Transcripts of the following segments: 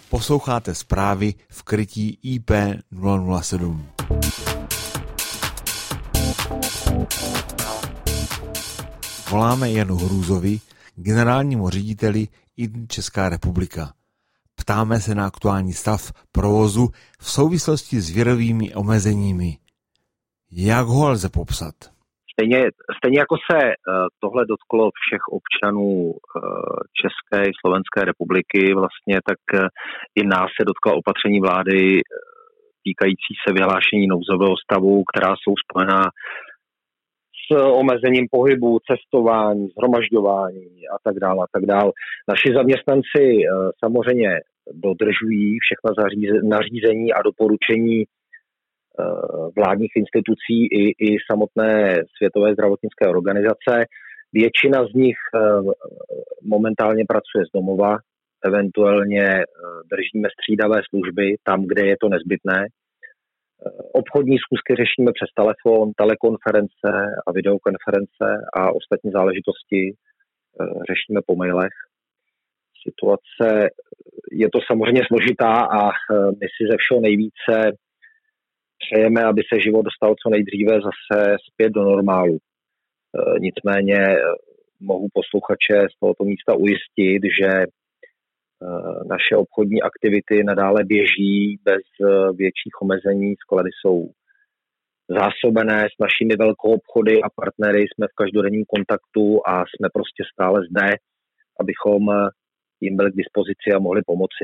Posloucháte zprávy v krytí IP007. Voláme Janu Hrůzovi, generálnímu řediteli ITN Česká republika. Ptáme se na aktuální stav provozu v souvislosti s virovými omezeními. Jak ho lze popsat? Stejně jako se tohle dotklo všech občanů České i Slovenské republiky, vlastně, tak i nás se dotkla opatření vlády týkající se vyhlášení nouzového stavu, která jsou spojená s omezením pohybu, cestování, shromažďování a tak dále. Naši zaměstnanci samozřejmě dodržují všechna nařízení a doporučení vládních institucí i samotné Světové zdravotnické organizace. Většina z nich momentálně pracuje z domova, eventuálně držíme střídavé služby tam, kde je to nezbytné. Obchodní schůzky řešíme přes telefon, telekonference a videokonference a ostatní záležitosti řešíme po mailech. Situace je to samozřejmě složitá a my si ze všeho nejvíce přejeme, aby se život dostal co nejdříve zase zpět do normálu. Nicméně mohu posluchače z tohoto místa ujistit, že naše obchodní aktivity nadále běží bez větších omezení. Sklady jsou zásobené s našimi velkoobchody a partnery, jsme v každodenním kontaktu a jsme prostě stále zde, abychom jim byli k dispozici a mohli pomoci.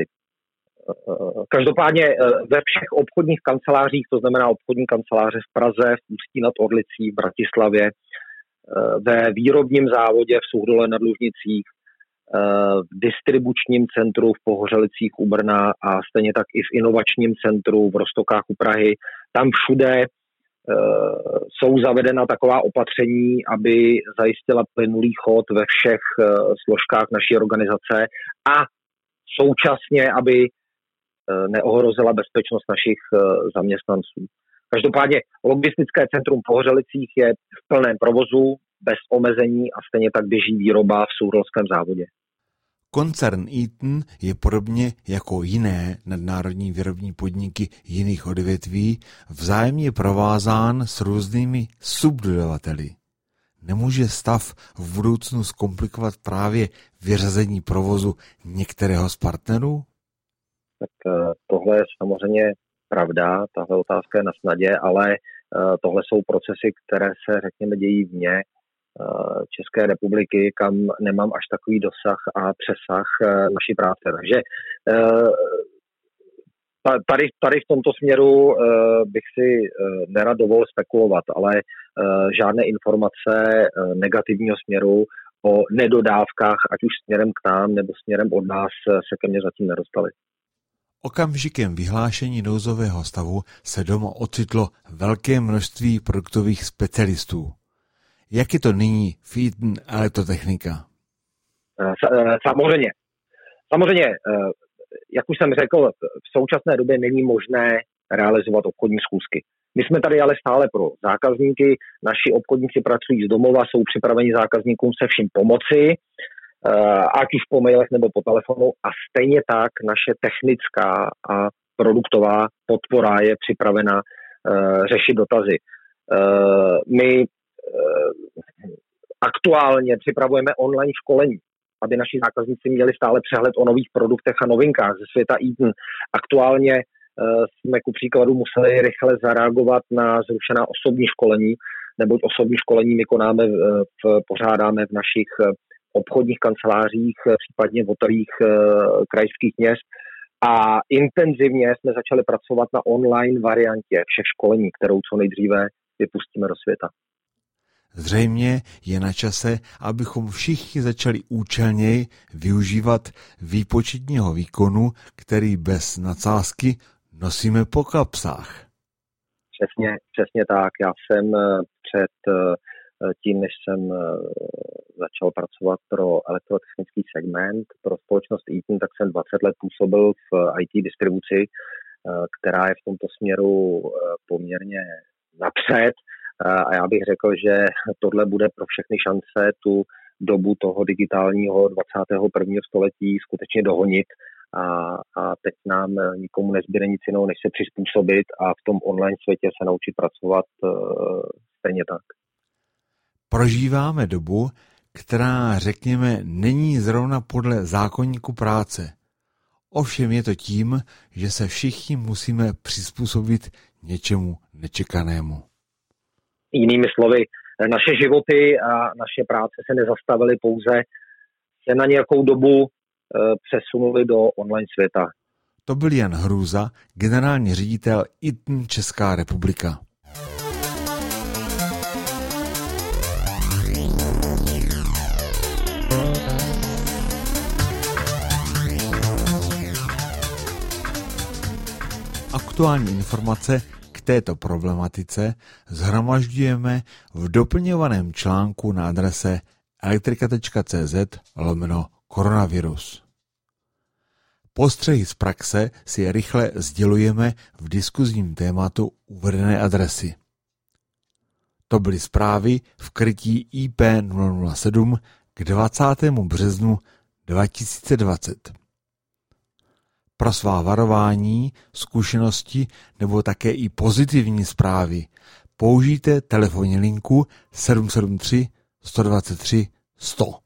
Každopádně ve všech obchodních kancelářích, to znamená obchodní kanceláře v Praze, v Ústí nad Orlicí, v Bratislavě, ve výrobním závodě v Suchdole nad Lužnicích, v distribučním centru v Pohořelicích u Brna a stejně tak i v inovačním centru v Roztokách u Prahy. Tam všude jsou zavedena taková opatření, aby zajistila plynulý chod ve všech složkách naší organizace a současně, aby neohrozila bezpečnost našich zaměstnanců. Každopádně logistické centrum v Pohořelicích je v plném provozu, bez omezení a stejně tak běží výroba v Suchdolském závodě. Koncern ITN je podobně jako jiné nadnárodní výrobní podniky jiných odvětví vzájemně provázán s různými subdodavateli. Nemůže stav v budoucnu zkomplikovat právě vyřazení provozu některého z partnerů? Tak tohle je samozřejmě pravda, tahle otázka je na snadě, ale tohle jsou procesy, které se, řekněme, dějí vně České republiky, kam nemám až takový dosah a přesah naší práce. Takže tady v tomto směru bych si nerad dovolil spekulovat, ale žádné informace negativního směru o nedodávkách, ať už směrem k nám nebo směrem od nás, se ke mně zatím nedostaly. Okamžikem vyhlášení nouzového stavu se doma ocitlo velké množství produktových specialistů. Jak je to nyní v ITN Elektrotechnika? Samozřejmě, jak už jsem řekl, v současné době není možné realizovat obchodní schůzky. My jsme tady ale stále pro zákazníky, naši obchodníci pracují z domova, jsou připraveni zákazníkům se vším pomoci, ať už po mailech nebo po telefonu a stejně tak naše technická a produktová podpora je připravena řešit dotazy. My aktuálně připravujeme online školení, aby naši zákazníci měli stále přehled o nových produktech a novinkách ze světa ITN. Aktuálně jsme ku příkladu museli rychle zareagovat na zrušená osobní školení, neboť osobní školení my pořádáme v našich obchodních kancelářích, případně v hotelích krajských měst a intenzivně jsme začali pracovat na online variantě všech školení, kterou co nejdříve vypustíme do světa. Zřejmě je na čase, abychom všichni začali účelněji využívat výpočetního výkonu, který bez nadsázky nosíme po kapsách. Přesně tak. Já jsem před tím, než jsem začal pracovat pro elektrotechnický segment, pro společnost ITN, tak jsem 20 let působil v IT distribuci, která je v tomto směru poměrně napřed. A já bych řekl, že tohle bude pro všechny šance tu dobu toho digitálního 21. století skutečně dohonit a teď nám nikomu nezbyde nic jiného, než se přizpůsobit a v tom online světě se naučit pracovat stejně tak. Prožíváme dobu, která, řekněme, není zrovna podle zákoníku práce. Ovšem je to tím, že se všichni musíme přizpůsobit něčemu nečekanému. Jinými slovy, naše životy a naše práce se nezastavily, pouze se na nějakou dobu přesunuli do online světa. To byl Jan Hrůza, generální ředitel ITN Česká republika. Aktuální informace k této problematice shromažďujeme v doplňovaném článku na adrese elektrika.cz/koronavirus. Postřehy z praxe si rychle sdělujeme v diskuzním tématu uvedené adresy. To byly zprávy v krytí IP 007 k 20. březnu 2020. Pro svá varování, zkušenosti nebo také i pozitivní zprávy použijte telefonní linku 773 123 100.